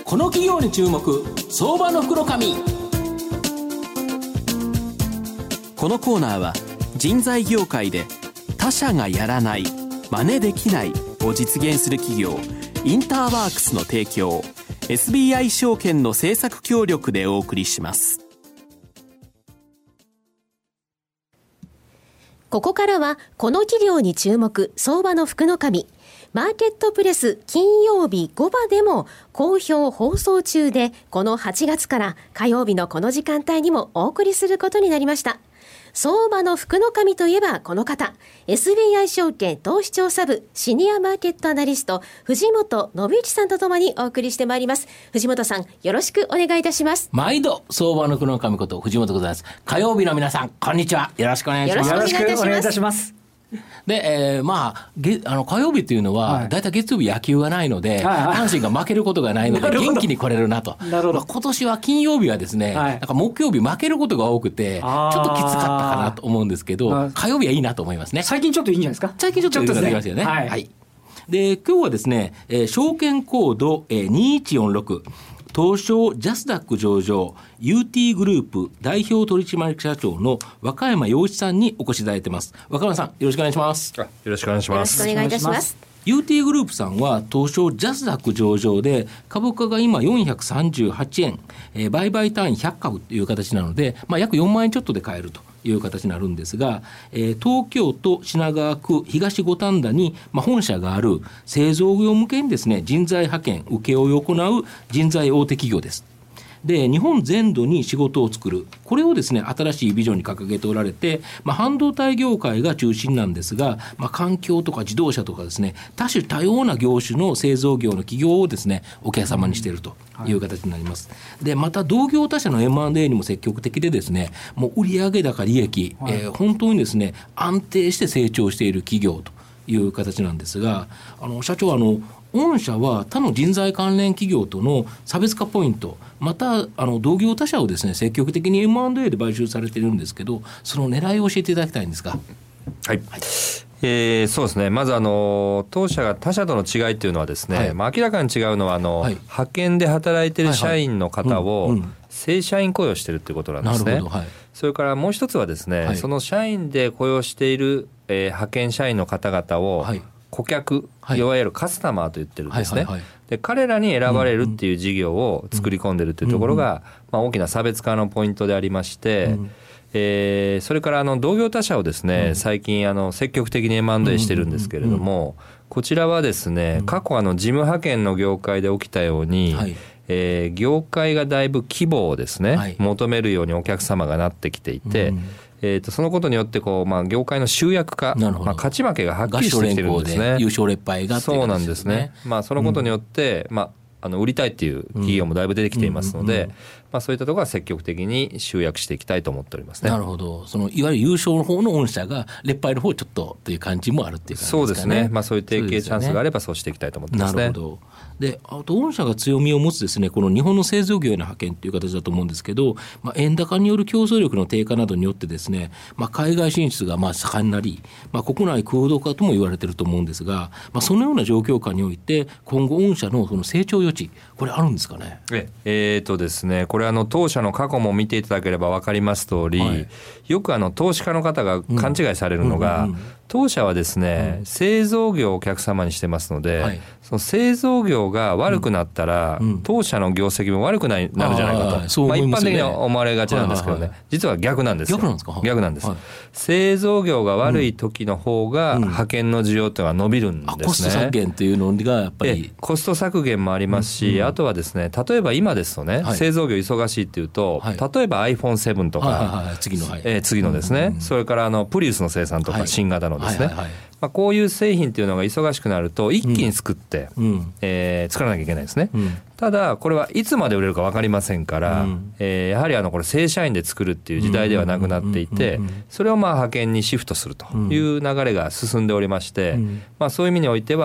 この企業に注目、相場の福の神。このコーナーは人材業界で他社がやらない、真似できないを実現する企業インターワークスの提供、 SBI 証券の政策協力でお送りします。 ここからはこの企業に注目、相場の福の神。マーケットプレス金曜日5場でも好評放送中で、この8月から火曜日のこの時間帯にもお送りすることになりました。相場の福の神といえばこの方、 SBI 証券投資調査部シニアマーケットアナリスト藤本信之さんとともにお送りしてまいります。藤本さん、よろしくお願いいたします。 毎度相場の福の神こと藤本でございます。火曜日の皆さん、こんにちは。よろしくお願いします。 よろしくお願いいたします。 で、火曜日というのは、だいたい月曜日野球がないので、阪神が負けることがないので元気に来れるなと。なるほど。今年は金曜日はですね、なんか木曜日負けることが多くてちょっときつかったかなと思うんですけど、火曜日はいいなと思いますね。 最近ちょっといいんじゃないですか。 最近ちょっといいなってきますよね。はい。で、今日はですね、証券コード、2146東証ジャスダック上場 UT グループ代表取締役社長の若山洋一さんにお越しいただいています。若山さん、よろしくお願いします。 よろしくお願いします。 よろしくお願いいたします。 UT グループさんは東証ジャスダック上場で株価が今438円、売買単位100株という形なので、約4万円ちょっとで買えるという形になるんですが、東京都品川区東五反田に、本社がある製造業向けにですね、人材派遣請負を行う人材大手企業です。で、日本全土に仕事を作る、これをですね、新しいビジョンに掲げておられて、半導体業界が中心なんですが、環境とか自動車とかですね、多種多様な業種の製造業の企業をですね、お客様にしているという形になります。で、また同業他社の M&A にも積極的でですね、もう売上高利益、本当にですね、安定して成長している企業という形なんですが、社長、御社は他の人材関連企業との差別化ポイント、また同業他社をですね、積極的に M&A で買収されているんですけど、その狙いを教えていただきたいんですが。 はい、そうですね。まず当社が他社との違いというのはですね、明らかに違うのは派遣で働いている社員の方を正社員雇用しているということなんですね。それからもう一つはですね、その社員で雇用している、派遣社員の方々を顧客、いわゆるカスタマーと言ってるんですね。で、彼らに選ばれるっていう事業を作り込んでるというところが、大きな差別化のポイントでありまして、それから同業他社をですね、最近積極的に M&A してるんですけれども、こちらはですね、過去事務派遣の業界で起きたように、業界がだいぶ規模をですね、求めるようにお客様がなってきていて、そのことによって業界の集約化、勝ち負けがはっきりしてきてるんですね。 優勝劣敗がっていうそうなんですね。そのことによって、売りたいっていう企業もだいぶ出てきていますので、そういったところは積極的に集約していきたいと思っておりますね。 なるほど。いわゆる優勝の方の御社が劣敗の方ちょっとという感じもあるっていう感じですかね。 そうですね。そういう提携チャンスがあればそうしていきたいと思ってますね。 なるほど。で、あと御社が強みを持つですね、この日本の製造業への派遣という形だと思うんですけど、円高による競争力の低下などによってですね、海外進出が盛んになり、国内空洞化とも言われていると思うんですが、そのような状況下において今後御社のその成長余地、これあるんですかね。 ですね、これ当社の過去も見ていただければ分かります通り、よく投資家の方が勘違いされるのが、当社はですね、製造業をお客様にしてますので、その製造業が悪くなったら、当社の業績も悪くなるじゃないかと、一般的には思われがちなんですけどね、実は逆なんですよ。逆なんです。製造業が悪い時の方が派遣の需要というのは伸びるんですね。 コスト削減というのがやっぱりコスト削減もありますし、あとはですね、例えば今ですとね、製造業忙しいっていうと、例えば iPhone7 とか、次のですね、それからプリウスの生産とか、新型のですね、こういう製品っていうのが忙しくなると一気に作って、作らなきゃいけないですね。ただこれはいつまで売れるか分かりませんから、やはりこれ正社員で作るっていう時代ではなくなっていて、それを派遣にシフトするという流れが進んでおりまして、そういう意味においては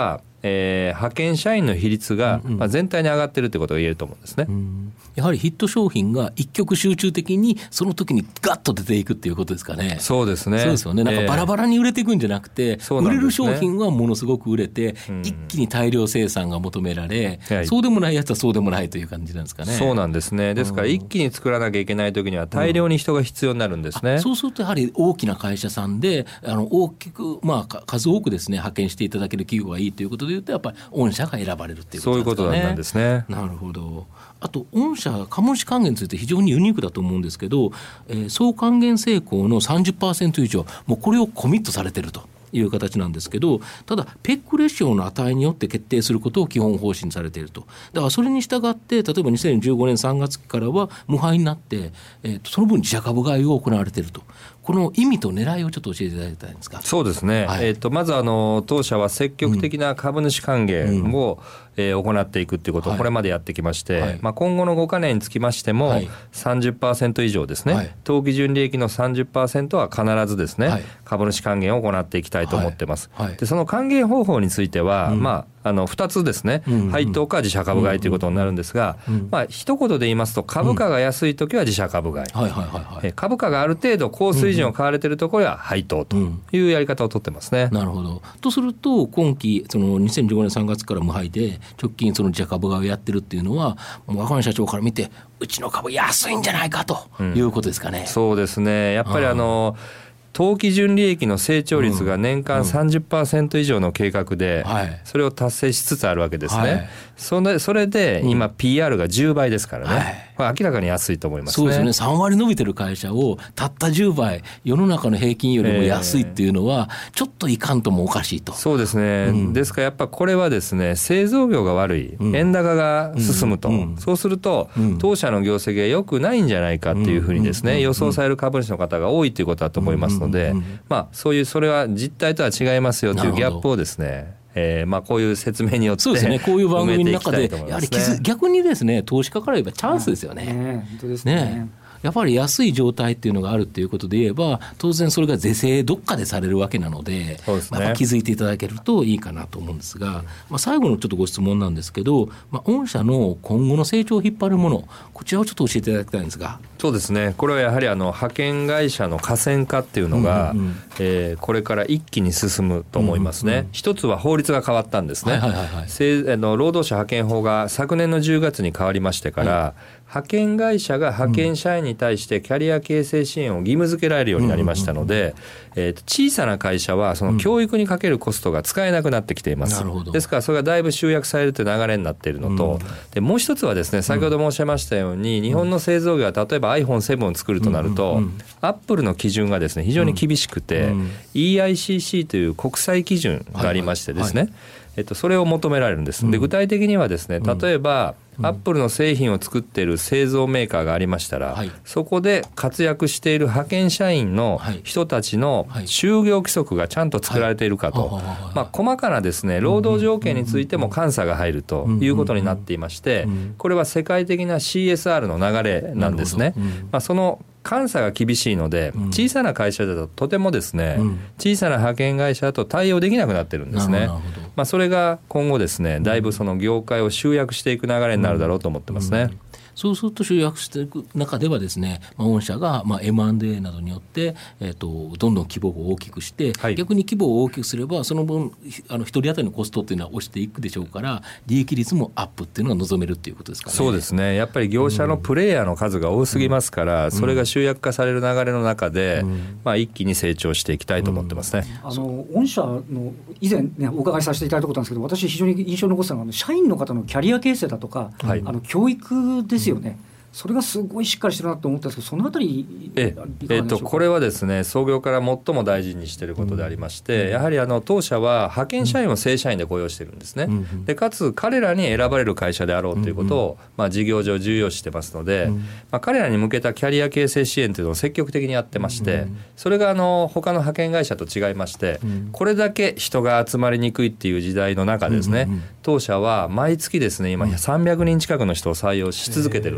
派遣社員の比率が、全体に上がってるということが言えると思うんですね。 やはりヒット商品が一極集中的にその時にガッと出ていくっていうことですかね。 そうですね。 そうですよね。なんかバラバラに売れていくんじゃなくて、売れる商品はものすごく売れて、一気に大量生産が求められ、そうでもないやつはそうでもないという感じなんですかね。 そうなんですね。ですから一気に作らなきゃいけない時には大量に人が必要になるんですね。 そうするとやはり大きな会社さんで大きく、数多くですね派遣していただける企業がいいということでいうと、やっぱり御社が選ばれるっていうことですかね。 そういうことなんですね。 なるほど。あと御社株主還元について非常にユニークだと思うんですけど、総還元成功の 30% 以上、もうこれをコミットされているという形なんですけど、ただペックレシオの値によって決定することを基本方針にされていると。だからそれに従って例えば2015年3月期からは無配になって、その分自社株買いを行われていると。この意味と狙いをちょっと教えていただきたいんですか。 そうですね、まず当社は積極的な株主還元を、行っていくということをこれまでやってきまして、今後の5か年につきましても、30% 以上ですね、当期純利益の 30% は必ずですね、株主還元を行っていきたいと思っています。でその還元方法については、2つですね、配当か自社株買いということになるんですが、一言で言いますと、株価が安いときは自社株買い、株価がある程度高水準を買われているところは配当というやり方を取ってますね。 なるほど。とすると今期その2015年3月から無配で直近その自社株買いをやってるっていうのは、もう若林社長から見てうちの株安いんじゃないかということですかね。 そうですね。やっぱり当期純利益の成長率が年間 30% 以上の計画で、それを達成しつつあるわけですね。それで今 PR が10倍ですからね、これ明らかに安いと思いますね。 そうですね。3割伸びてる会社をたった10倍世の中の平均よりも安いっていうのはちょっといかんともおかしいと。 そうですね、ですからやっぱこれはですね、製造業が悪い、円高が進むと、そうすると、当社の業績が良くないんじゃないかっていうふうにですね、予想される株主の方が多いということだと思いますので、そういうそれは実態とは違いますよというギャップをですね、こういう説明によってそうですね、こういう番組の中でやはり逆にですね、投資家から言えばチャンスですよね。 本当ですね。 やっぱり安い状態っていうのがあるっていうことで言えば、当然それが是正どっかでされるわけなので、 そうですね、 気づいていただけるといいかなと思うんですが、最後のちょっとご質問なんですけど、御社の今後の成長を引っ張るもの、こちらをちょっと教えていただきたいんですが。 そうですね、これはやはり派遣会社の寡占化っていうのが、これから一気に進むと思いますね。一つは法律が変わったんですね。労働者派遣法が昨年の10月に変わりましてから、派遣会社が派遣社員に対してキャリア形成支援を義務付けられるようになりましたので、小さな会社はその教育にかけるコストが使えなくなってきています。ですからそれがだいぶ集約されるという流れになっているのと、でもう一つはですね、先ほど申し上げましたように、日本の製造業は例えば iPhone7 を作るとなると、アップルの基準がですね非常に厳しくて、EICC という国際基準がありましてですね、それを求められるんです。で具体的にはですね、例えばアップルの製品を作っている製造メーカーがありましたら、そこで活躍している派遣社員の人たちの就業規則がちゃんと作られているかと、細かなですね労働条件についても監査が入るということになっていまして、これは世界的な CSR の流れなんですね。その監査が厳しいので、小さな会社だととてもですね、小さな派遣会社だと対応できなくなってるんですね。それが今後ですね、だいぶその業界を集約していく流れになるだろうと思ってますね。 そうすると集約していく中ではですね、御社がM&A などによって、どんどん規模を大きくして、逆に規模を大きくすればその分一人当たりのコストっていうのは落ちていくでしょうから、利益率もアップっていうのが望めるっていうことですかね。 そうですね、やっぱり業者のプレイヤーの数が多すぎますから、それが集約化される流れの中で、一気に成長していきたいと思ってますね。 御社の以前、お伺いさせていただいたことなんですけど、私非常に印象に残ってたのは社員の方のキャリア形成だとか、教育ですよね。それがすごいしっかりしてるなと思ったんですけど、そのあたりいかがでしょうか。 これはですね、創業から最も大事にしていることでありまして、やはり当社は派遣社員を正社員で雇用してるんですね。でかつ彼らに選ばれる会社であろうということを、事業上重要視してますので、彼らに向けたキャリア形成支援というのを積極的にやってまして、それが他の派遣会社と違いまして、これだけ人が集まりにくいっていう時代の中ですね、当社は毎月ですね、今300人近くの人を採用し続けてるんですね。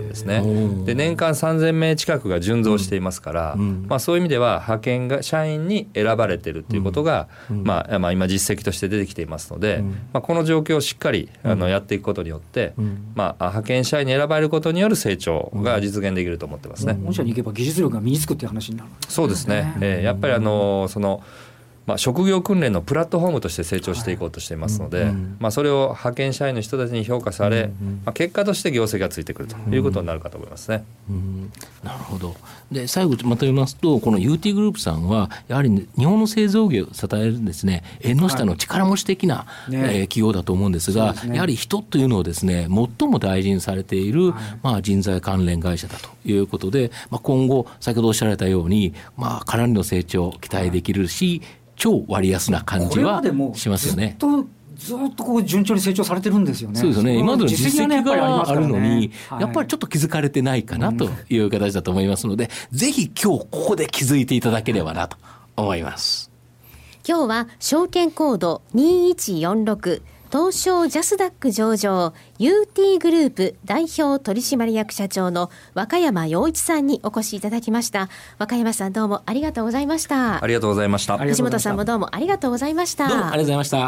で年間3000名近くが純増していますから、そういう意味では派遣が社員に選ばれているということが、今実績として出てきていますので、この状況をしっかりやっていくことによって、派遣社員に選ばれることによる成長が実現できると思ってますね。 本社に行けば技術力が身につくっていう話になる。 そうですね、やっぱり職業訓練のプラットフォームとして成長していこうとしていますので、それを派遣社員の人たちに評価され、結果として業績がついてくるということになるかと思いますね。 なるほど。で最後まとめますと、この UT グループさんはやはり、日本の製造業を支えるですね、縁の下の力持ち的な、企業だと思うんですが、やはり人というのをですね、最も大事にされている、人材関連会社だということで、今後先ほどおっしゃられたように、かなりの成長を期待できるし、超割安な感じはしますよね。 ずっとこう順調に成長されてるんですよね。 そうですね。今までの実績があるのに、やっぱりちょっと気づかれてないかなという形だと思いますので、ぜひ今日ここで気づいていただければなと思います。 今日は証券コード2146東証ジャスダック上場 UT グループ代表取締役社長の若山洋一さんにお越しいただきました。若山さん、どうもありがとうございました。 ありがとうございました。 藤本さんもどうもありがとうございました。 どうもありがとうございました。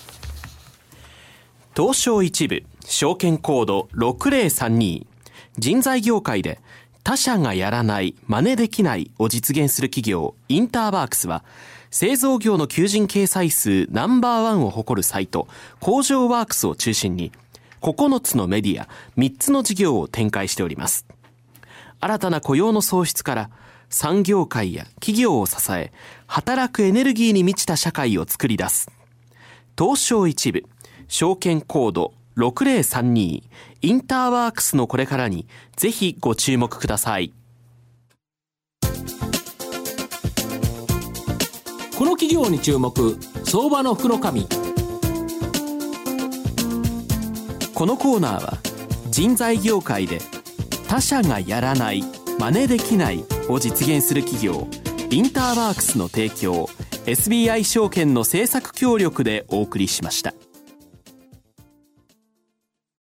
東証一部証券コード6032、人材業界で他社がやらない真似できないを実現する企業インターワークスは、製造業の求人掲載数ナンバーワンを誇るサイト工場ワークスを中心に9つのメディア3つの事業を展開しております。新たな雇用の創出から産業界や企業を支え、働くエネルギーに満ちた社会を作り出す東証一部証券コード6032インターワークスのこれからにぜひご注目ください。 この企業に注目、相場の福の神。 このコーナーは人材業界で他社がやらない真似できないを実現する企業インターワークスの提供、SBI 証券の政策協力でお送りしました。